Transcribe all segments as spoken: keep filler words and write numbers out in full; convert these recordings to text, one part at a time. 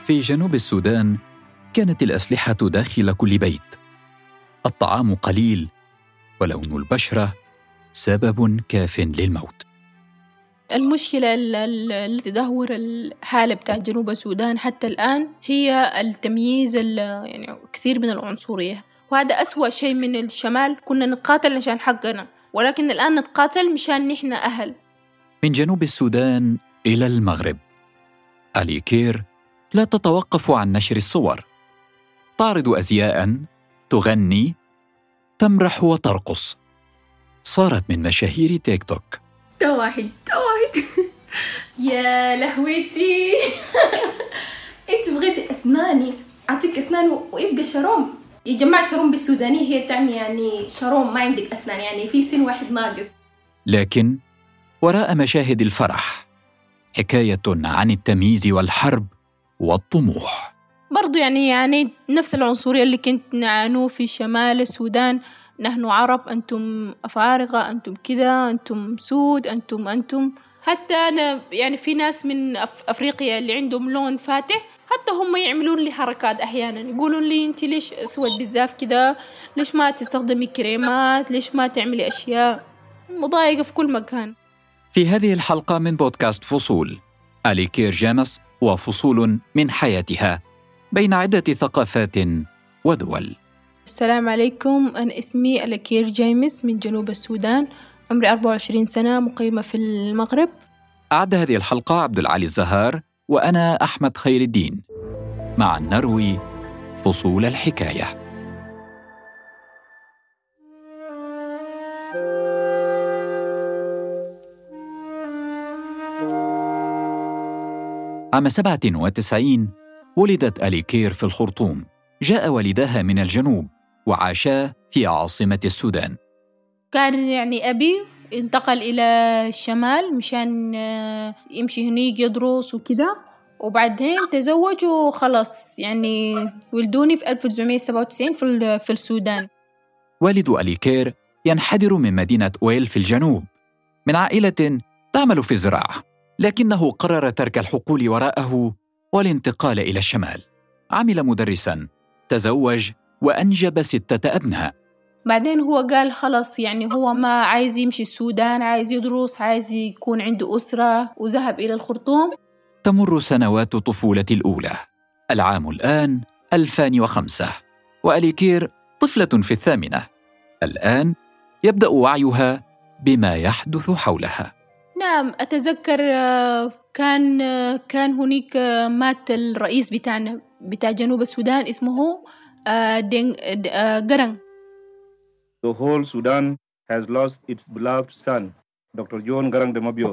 في جنوب السودان كانت الأسلحة داخل كل بيت، الطعام قليل، ولون البشرة سبب كاف للموت. المشكلة التي تدهور الحالة بتاع جنوب السودان حتى الآن هي التمييز، يعني كثير من العنصرية، وهذا أسوأ شيء من الشمال. كنا نتقاتل عشان حقنا، ولكن الآن نتقاتل مشان نحن أهل. من جنوب السودان إلى المغرب، آلي كير لا تتوقف عن نشر الصور، تعرض أزياء، تغني، تمرح وترقص. صارت من مشاهير تيك توك. تواحد تواحد يا لهوتي انت بغيتي اسناني اعطيك اسنان ويبقى شروم. يا جماعه شروم بالسودانيه هي بتعني يعني شروم ما عندك اسنان، يعني في سن واحد ناقص. لكن وراء مشاهد الفرح حكايه عن التمييز والحرب والطموح. برضو يعني يعني نفس العنصريه اللي كنت نعانوه في شمال السودان. نحن عرب، أنتم أفارقة، أنتم كذا، أنتم سود، أنتم أنتم حتى أنا يعني في ناس من أف- أفريقيا اللي عندهم لون فاتح، حتى هم يعملون لي حركات أحيانا، يقولون لي أنت ليش أسود بالزاف كذا، ليش ما تستخدمي كريمات، ليش ما تعملي أشياء. مضايقة في كل مكان. في هذه الحلقة من بودكاست فصول، آلي كير جامس وفصول من حياتها بين عدة ثقافات ودول. السلام عليكم، أنا اسمي آلي كير جيمس من جنوب السودان، عمري أربعة وعشرين سنة، مقيمة في المغرب. أعد هذه الحلقة عبد العالي الزهار، وأنا أحمد خير الدين. معا نروي فصول الحكاية. عام سبعة وتسعين ولدت آلي كير في الخرطوم. جاء والداها من الجنوب وعاشا في عاصمة السودان. كان يعني أبي انتقل إلى الشمال مشان يمشي هناك يدرس وكده، وبعدين تزوج وخلص يعني ولدوني في ألف وتسعمائة وسبعة وتسعين في في السودان. والد آلي كير ينحدر من مدينة ويل في الجنوب، من عائلة تعمل في الزراعة، لكنه قرر ترك الحقول وراءه والانتقال إلى الشمال. عمل مدرساً، تزوج وأنجب ستة أبناء. بعدين هو قال خلص يعني هو ما عايز يمشي السودان، عايز يدرس، عايز يكون عنده أسرة، وذهب إلى الخرطوم. تمر سنوات طفولتي الأولى. العام الآن ألفين وخمسة، وآلي كير طفلة في الثامنة. الآن يبدأ وعيها بما يحدث حولها. نعم أتذكر كان كان هناك مات الرئيس بتاعنا بتاع جنوب السودان اسمه دين غرانغ. The whole Sudan has lost its beloved son, Doctor John Garang de Mabyor.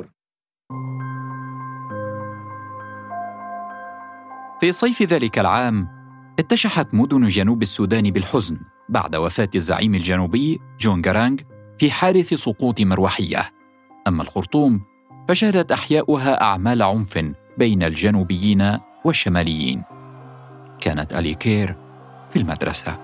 في صيف ذلك العام اتشحت مدن جنوب السودان بالحزن بعد وفاة الزعيم الجنوبي جون غرانغ في حادث سقوط مروحية. أما الخرطوم فشهدت أحياؤها أعمال عنف بين الجنوبيين والشماليين. كانت آلي كير في المدرسة.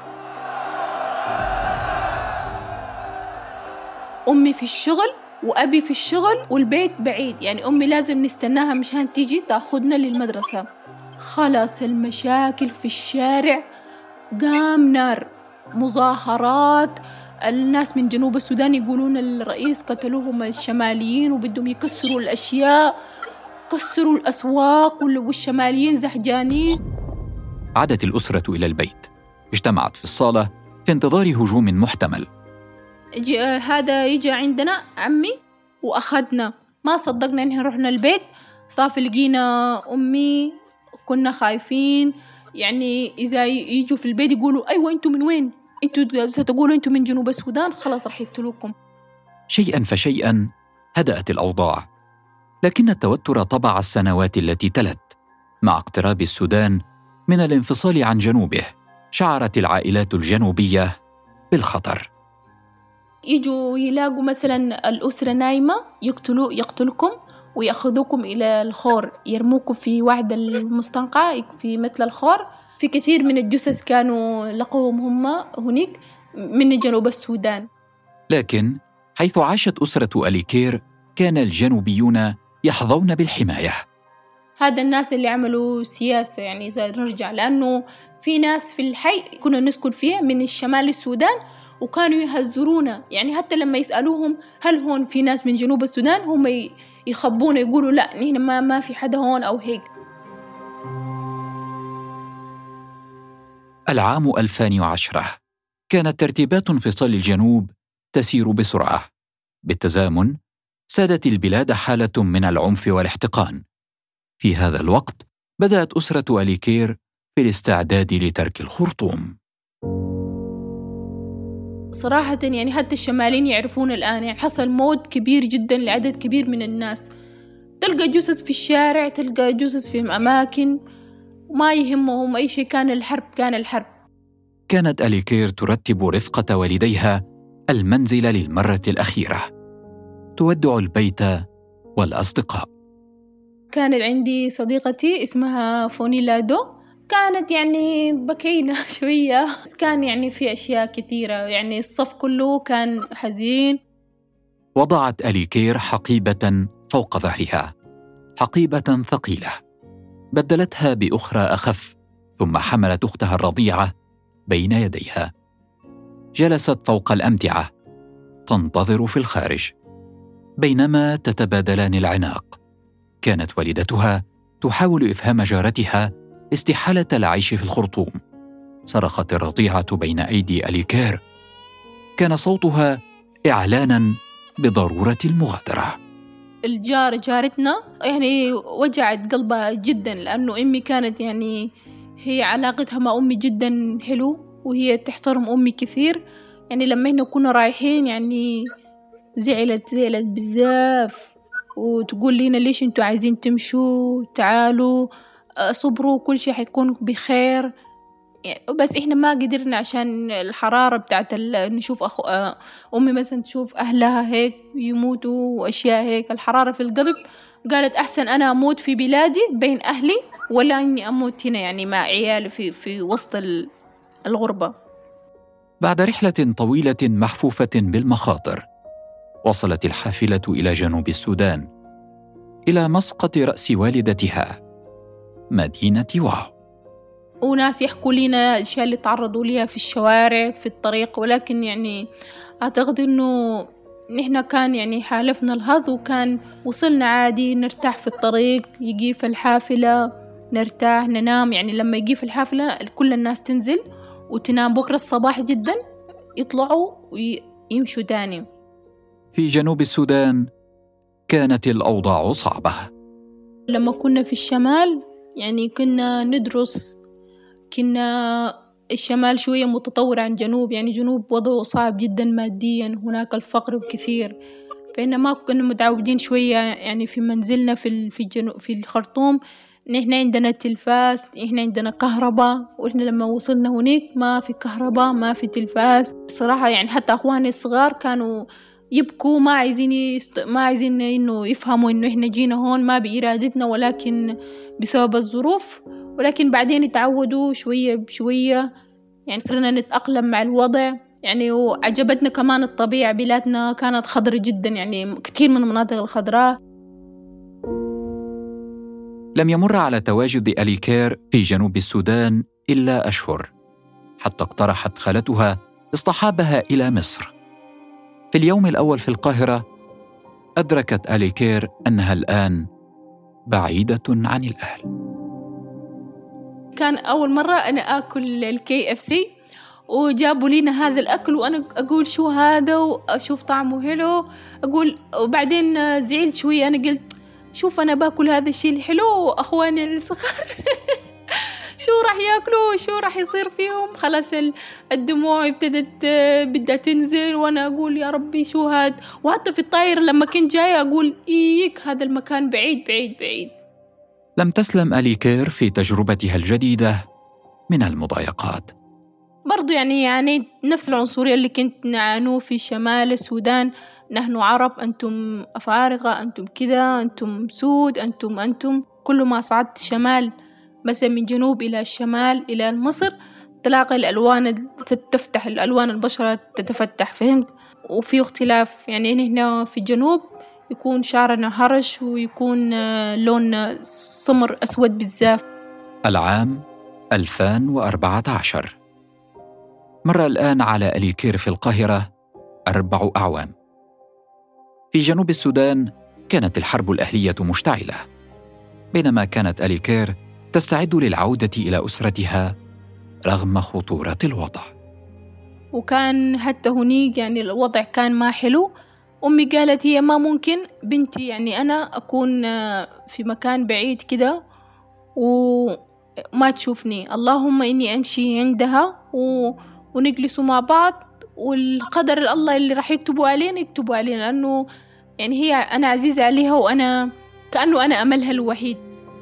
أمي في الشغل وأبي في الشغل والبيت بعيد، يعني أمي لازم نستناها مشان تيجي تأخذنا للمدرسة. خلاص المشاكل في الشارع قام نار، مظاهرات، الناس من جنوب السودان يقولون الرئيس قتلوهم الشماليين وبدهم يكسروا الأشياء، كسروا الأسواق والشماليين زحجانين. عادت الأسرة إلى البيت، اجتمعت في الصالة في انتظار هجوم محتمل. جي هذا يجي عندنا عمي وأخذنا، ما صدقنا إنه رحنا البيت. صافي لقينا أمي، كنا خايفين يعني إذا يجوا في البيت يقولوا أيوة أنتوا من وين؟ أنتوا ستقولوا أنتوا من جنوب السودان، خلاص رح يقتلوكم. شيئا فشيئا هدأت الأوضاع، لكن التوتر طبع السنوات التي تلت. مع اقتراب السودان من الانفصال عن جنوبه شعرت العائلات الجنوبية بالخطر. يجوا يلاقوا مثلا الأسرة نايمة يقتلوا يقتلكم ويأخذوكم إلى الخور، يرموكم في واحد المستنقع في مثل الخور. في كثير من الجثث كانوا لقوهم هم هناك من جنوب السودان. لكن حيث عاشت أسرة آلي كير كان الجنوبيون يحظون بالحماية. هذا الناس اللي عملوا سياسة يعني إذا نرجع، لأنه في ناس في الحي كنا نسكن فيه من الشمال السودان وكانوا يهزرونا، يعني حتى لما يسألوهم هل هون في ناس من جنوب السودان هم يخبون يقولوا لا نحن ما ما في حدا هون أو هيك. العام ألفين وعشرة كانت ترتيبات انفصال الجنوب تسير بسرعة. بالتزامن سادت البلاد حالة من العنف والاحتقان. في هذا الوقت بدأت أسرة آلي كير في الاستعداد لترك الخرطوم. صراحة يعني حتى الشماليين يعرفون الآن، يعني حصل موت كبير جدا لعدد كبير من الناس، تلقى جثث في الشارع، تلقى جثث في الأماكن، ما يهمهم أي شيء، كان الحرب كان الحرب. كانت آلي كير ترتب رفقة والديها المنزل للمرة الأخيرة، تودع البيت والأصدقاء. كانت عندي صديقتي اسمها فوني لادو، كانت يعني بكينا شوية، بس كان يعني في أشياء كثيرة، يعني الصف كله كان حزين. وضعت آلي كير حقيبة فوق ظهرها، حقيبة ثقيلة، بدلتها بأخرى أخف، ثم حملت أختها الرضيعة بين يديها. جلست فوق الأمتعة تنتظر في الخارج، بينما تتبادلان العناق. كانت والدتها تحاول إفهام جارتها استحالة العيش في الخرطوم. صرخت الرضيعة بين أيدي آلي كير، كان صوتها إعلاناً بضرورة المغادرة. الجار جارتنا يعني وجعت قلبها جدا، لأنه أمي كانت يعني هي علاقتها مع أمي جدا حلو، وهي تحترم أمي كثير. يعني لما إحنا كنا رايحين يعني زعلت زعلت بزاف، وتقول لنا ليش انتوا عايزين تمشوا، تعالوا صبروا كل شيء حيكون بخير. بس إحنا ما قدرنا عشان الحرارة بتاعت نشوف أخو أمي مثلا تشوف أهلها هيك يموتوا وأشياء هيك، الحرارة في القلب. قالت أحسن أنا أموت في بلادي بين أهلي ولا إني أموت هنا يعني مع عيالي في في وسط الغربة. بعد رحلة طويلة محفوفة بالمخاطر، وصلت الحافلة إلى جنوب السودان، إلى مسقط رأس والدتها، مدينة واو. وناس يحكوا لنا الأشياء اللي تعرضوا لها في الشوارع في الطريق، ولكن يعني أعتقد إنه نحن كان يعني حالفنا الحظ، وكان وصلنا عادي نرتاح في الطريق، يجي في الحافلة نرتاح ننام. يعني لما يجي في الحافلة كل الناس تنزل وتنام، بكرة الصباح جدا يطلعوا ويمشوا تاني. في جنوب السودان كانت الأوضاع صعبة. لما كنا في الشمال يعني كنا ندرس، كنا الشمال شوية متطور عن جنوب، يعني جنوب وضعه صعب جدا ماديا، هناك الفقر كثير، فإن ما كنا متعودين شوية يعني في منزلنا في في الجنوب في الخرطوم. نحن عندنا تلفاز، إحنا عندنا كهرباء، وإحنا لما وصلنا هناك ما في كهرباء ما في تلفاز. بصراحة يعني حتى أخواني الصغار كانوا يبكوا، ما عايزين يست... ما عايزين إنه يفهموا إنه إحنا جينا هون ما بإرادتنا، ولكن بسبب الظروف. ولكن بعدين يتعودوا شوية بشوية، يعني صرنا نتأقلم مع الوضع يعني. وعجبتنا كمان الطبيعة، بلادنا كانت خضرة جدا، يعني كثير من المناطق الخضراء. لم يمر على تواجد آلي كير في جنوب السودان إلا أشهر حتى اقترحت خالتها اصطحابها إلى مصر. في اليوم الأول في القاهرة أدركت آلي كير أنها الآن بعيدة عن الأهل. كان أول مرة أنا أكل الكي اف سي، وجابوا لنا هذا الأكل، وأنا أقول شو هذا وأشوف طعمه حلو، أقول وبعدين زعلت شوية، أنا قلت شوف أنا باكل هذا الشيء الحلو وأخواني الصغار شو راح ياكلوا، شو راح يصير فيهم. خلاص الدموع ابتدت بدها تنزل، وأنا أقول يا ربي شو هاد. وحتى في الطائرة لما كنت جاية أقول إيك هذا المكان بعيد بعيد بعيد. لم تسلم آلي كير في تجربتها الجديدة من المضايقات. برضو يعني يعني نفس العنصرية اللي كنت نعانوه في شمال السودان، نحن عرب، أنتم أفارقة، أنتم كذا، أنتم سود، أنتم أنتم كل ما صعدت شمال مثلا من جنوب إلى الشمال إلى مصر تلاقي الألوان تفتح، الألوان البشرة تتفتح، فهمت؟ وفي اختلاف، يعني هنا في الجنوب يكون شعرنا هرش ويكون لون سمر أسود بالزاف. العام ألفين وأربعة عشر. مر الآن على ألي كير في القاهرة أربع أعوام. في جنوب السودان كانت الحرب الأهلية مشتعلة، بينما كانت ألي كير تستعد للعودة إلى أسرتها رغم خطورة الوضع. وكان حتى هنيك يعني الوضع كان ما حلو. أمي قالت هي ما ممكن بنتي يعني أنا أكون في مكان بعيد كده وما تشوفني، اللهم إني أمشي عندها و... ونجلسوا مع بعض، والقدر الله اللي راح يكتبوا علينا يكتبوا علينا، لأنه يعني هي أنا عزيزة عليها وأنا كأنه أنا أملها الوحيد.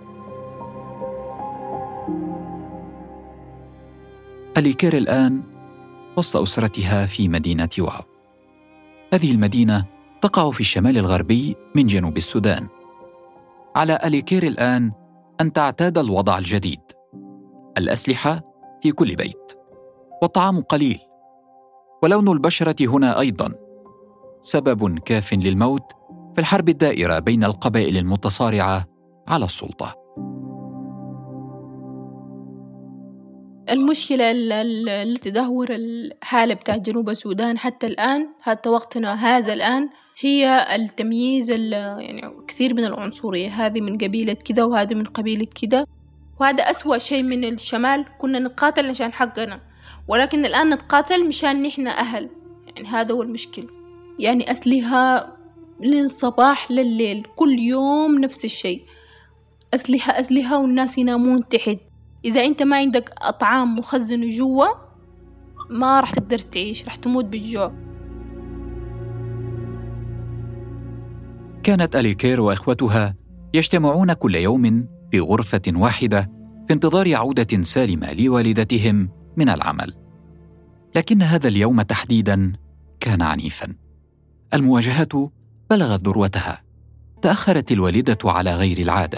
ألي كير الآن وسط أسرتها في مدينة واو. هذه المدينة تقع في الشمال الغربي من جنوب السودان. على ألي كير الآن أن تعتاد الوضع الجديد. الأسلحة في كل بيت، والطعام قليل، ولون البشرة هنا أيضاً سبب كاف للموت في الحرب الدائرة بين القبائل المتصارعة على السلطة. المشكلة اللي تدهور الحالة بتاع جنوب السودان حتى الآن، حتى وقتنا هذا الآن، هي التمييز يعني كثير من العنصرية، هذه من قبيلة كذا وهذه من قبيلة كذا، وهذا أسوأ شيء. من الشمال كنا نتقاتل عشان حقنا، ولكن الآن نتقاتل مشان نحن أهل. يعني هذا هو المشكل. يعني أسلحة للصباح لليل، كل يوم نفس الشيء، أسلحة أسلحة والناس ينامون تحت. إذا أنت ما عندك أطعام مخزن جوا ما راح تقدر تعيش، راح تموت بالجوع. كانت ألي كير وإخوتها يجتمعون كل يوم في غرفة واحدة في انتظار عودة سالمة لوالدتهم من العمل. لكن هذا اليوم تحديداً كان عنيفاً. المواجهات بلغت ذروتها. تأخرت الوالدة على غير العادة.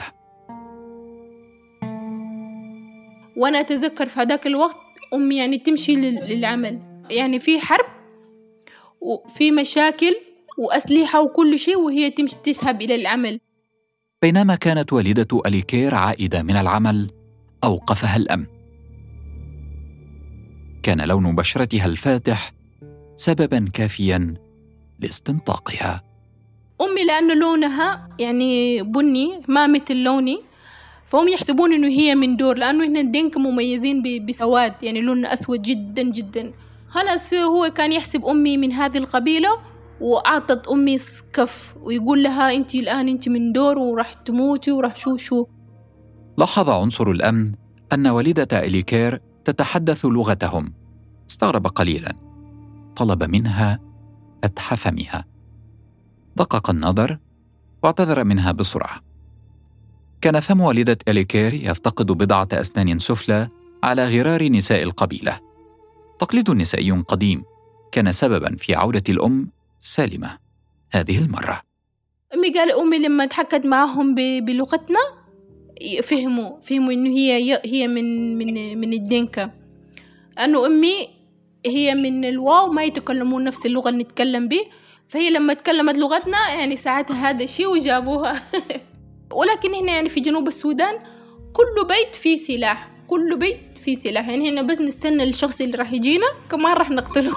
وأنا أتذكر في هذاك الوقت أمي يعني تمشي للعمل، يعني في حرب وفي مشاكل وأسلحة وكل شيء، وهي تمشي تذهب إلى العمل. بينما كانت والدة ألي كير عائدة من العمل أوقفها الأمن. كان لون بشرتها الفاتح سبباً كافياً لاستنطاقها. أمي لأن لونها يعني بني ما مثل لوني، فهم يحسبون إنه هي من دور، لأنه إحنا الدنك مميزين بسواد، يعني لوننا أسود جداً جداً. خلاص هو كان يحسب أمي من هذه القبيلة، وأعطت أمي سكف ويقول لها أنت الآن أنت من دور وراح تموتي وراح شو شو. لاحظ عنصر الأمن أن والدة ألي كير تتحدث لغتهم. استغرب قليلاً. طلب منها فتح فمها. دقق النظر واعتذر منها بسرعة. كان فم والدة ألي كير يفتقد بضعة أسنان سفلى على غرار نساء القبيلة. تقليد نسائي قديم كان سبباً في عودة الأم سالمة هذه المرة. أمي قال أمي لما تحكت معهم بلغتنا فهموا فهموا إنه هي هي من من من الدنكة، لأنه أمي هي من الواو ما يتكلمون نفس اللغة اللي نتكلم به، فهي لما تكلمت لغتنا يعني ساعتها هذا الشيء وجابوها. ولكن هنا يعني في جنوب السودان كل بيت فيه سلاح، كل بيت فيه سلاح، يعني هنا بس نستنى الشخص اللي راح يجينا كمان راح نقتله.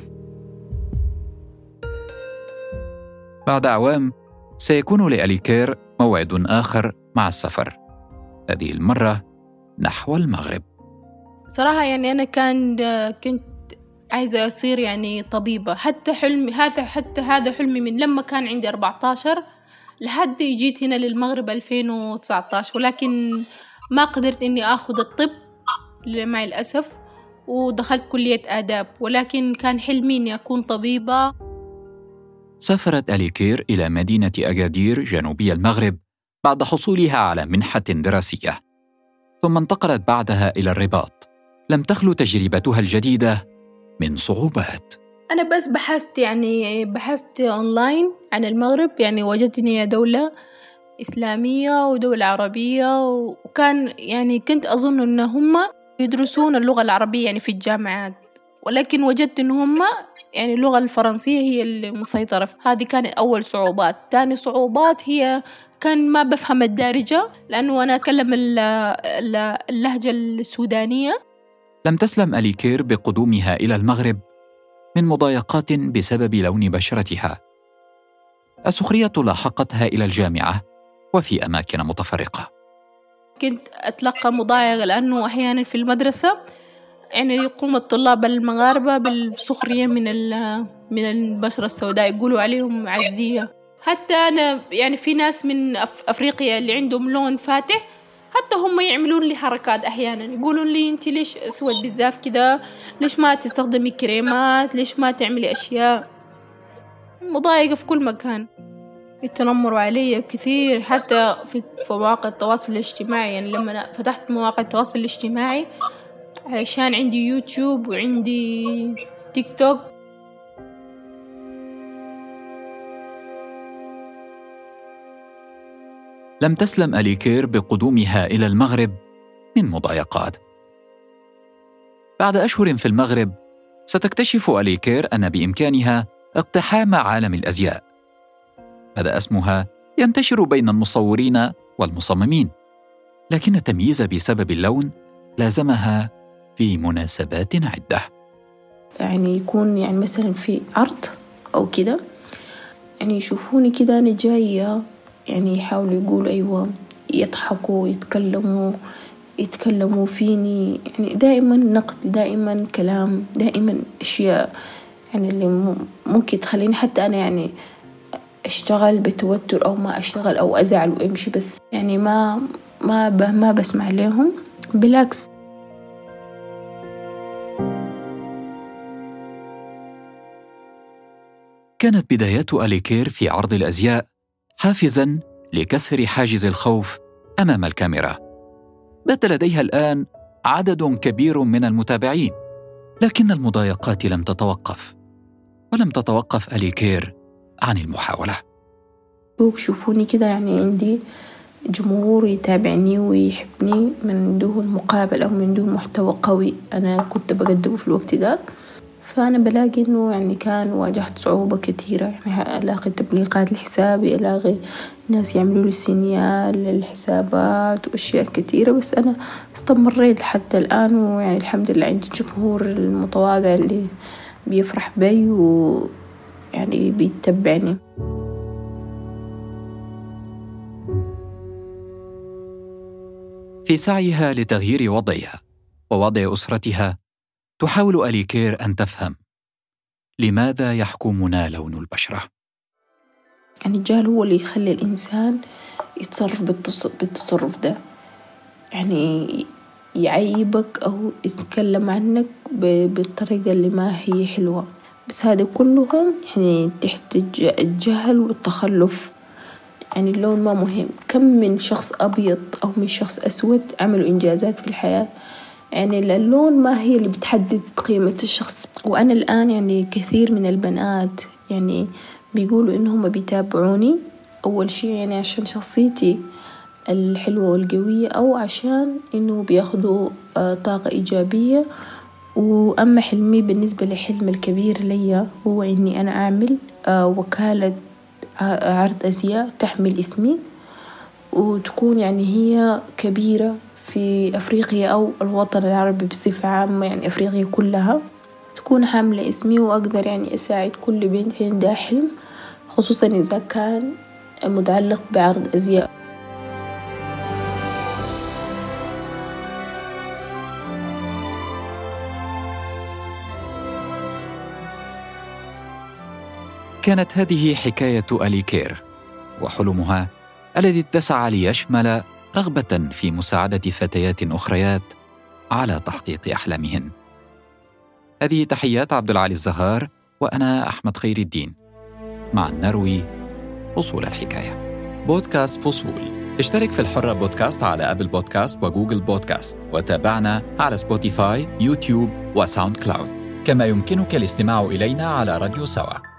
بعد أعوام سيكون لألي كير موعد آخر مع السفر، هذه المرة نحو المغرب. صراحة يعني أنا كان كنت عايزة أصير يعني طبيبة، حتى حلمي هذا حتى هذا حلمي من لما كان عندي أربعة عشر لحد جيت هنا للمغرب ألفين وتسعة عشر، ولكن ما قدرت إني أخذ الطب مع الأسف، ودخلت كلية آداب، ولكن كان حلمي إني أكون طبيبة. سافرت ألي كير إلى مدينة أكادير جنوبي المغرب بعد حصولها على منحة دراسية، ثم انتقلت بعدها إلى الرباط. لم تخلو تجربتها الجديدة من صعوبات. أنا بس بحثت يعني بحثت أونلاين عن المغرب، يعني وجدت إن هي دولة إسلامية ودولة عربية، وكان يعني كنت أظن إن هم يدرسون اللغة العربية يعني في الجامعات، ولكن وجدت إن هم يعني اللغة الفرنسية هي المسيطرة. هذه كانت أول صعوبات. تاني صعوبات هي كان ما بفهم الدارجة، لأنه أنا أتكلم اللهجة السودانية. لم تسلم ألي كير بقدومها إلى المغرب من مضايقات بسبب لون بشرتها. السخرية لاحقتها إلى الجامعة وفي أماكن متفرقة. كنت أتلقى مضايقة لأنه أحيانا في المدرسة يعني يقوم الطلاب المغاربة بالسخرية من من البشرة السوداء، يقولوا عليهم عزية. حتى أنا يعني في ناس من أفريقيا اللي عندهم لون فاتح حتى هم يعملون لي حركات أحيانا، يقولون لي أنت ليش أسود بزاف كده، ليش ما تستخدمي كريمات، ليش ما تعملي أشياء. مضايقة في كل مكان، يتنمروا علي كثير حتى في مواقع التواصل الاجتماعي. يعني لما فتحت مواقع التواصل الاجتماعي عشان عندي يوتيوب وعندي تيك توك. لم تسلم ألي كير بقدومها إلى المغرب من مضايقات. بعد أشهر في المغرب ستكتشف ألي كير أن بإمكانها اقتحام عالم الأزياء. بدأ اسمها ينتشر بين المصورين والمصممين، لكن التمييز بسبب اللون لازمها في مناسبات عدة. يعني يكون يعني مثلا في عرض أو كده، يعني يشوفوني كده أنا جاية، يعني يحاولوا يقولوا أيوة، يضحكوا، يتكلموا يتكلموا فيني، يعني دائما نقد، دائما كلام، دائما أشياء يعني اللي ممكن تخليني حتى أنا يعني أشتغل بتوتر أو ما أشتغل أو أزعل وأمشي، بس يعني ما ما ما بسمع لهم، بالعكس. كانت بدايات ألي كير في عرض الأزياء حافزاً لكسر حاجز الخوف أمام الكاميرا. بات لديها الآن عدد كبير من المتابعين، لكن المضايقات لم تتوقف، ولم تتوقف ألي كير عن المحاولة. شوفوني كده يعني عندي جمهور يتابعني ويحبني من دون مقابل أو من دون محتوى قوي أنا كنت بقدمه في الوقت ده. فأنا بلاقي إنه يعني كان واجهت صعوبة كثيرة، يعني ألاقي تبليغات لحسابي، ألاقي ناس يعملوا لي سينيال للحسابات وأشياء كثيرة، بس أنا استمريت حتى الآن، ويعني الحمد لله عندي الجمهور المتواضع اللي بيفرح بي ويعني بيتبعني. في سعيها لتغيير وضعها ووضع أسرتها، تحاول ألي كير أن تفهم لماذا يحكمنا لون البشرة. يعني الجهل هو اللي يخلي الإنسان يتصرف بالتصرف ده، يعني يعيبك أو يتكلم عنك بالطريقة اللي ما هي حلوة، بس هذا كلهم يعني تحت الجهل والتخلف. يعني اللون ما مهم. كم من شخص أبيض أو من شخص أسود عملوا إنجازات في الحياة، يعني اللون ما هي اللي بتحدد قيمة الشخص. وأنا الآن يعني كثير من البنات يعني بيقولوا إنهم بيتابعوني أول شيء يعني عشان شخصيتي الحلوة والقوية، أو عشان إنه بياخدوا طاقة إيجابية. وأما حلمي بالنسبة لحلم الكبير لي هو إني أنا أعمل وكالة عرض أزياء تحمل اسمي، وتكون يعني هي كبيرة في أفريقيا أو الوطن العربي بصفة عامة، يعني أفريقيا كلها تكون حاملة اسمي، وأقدر يعني أساعد كل بنت عندها حلم، خصوصا إذا كان متعلق بعرض أزياء. كانت هذه حكاية ألي كير وحلمها الذي اتسع ليشمل رغبة في مساعدة فتيات أخريات على تحقيق أحلامهن. هذه تحيات عبد العالي الزهار، وأنا أحمد خير الدين. معا نروي فصول الحكاية. بودكاست فصول. اشترك في الحرة بودكاست على أبل بودكاست وجوجل بودكاست، وتابعنا على سبوتيفاي، يوتيوب وساوند كلاود. كما يمكنك الاستماع إلينا على راديو سوا.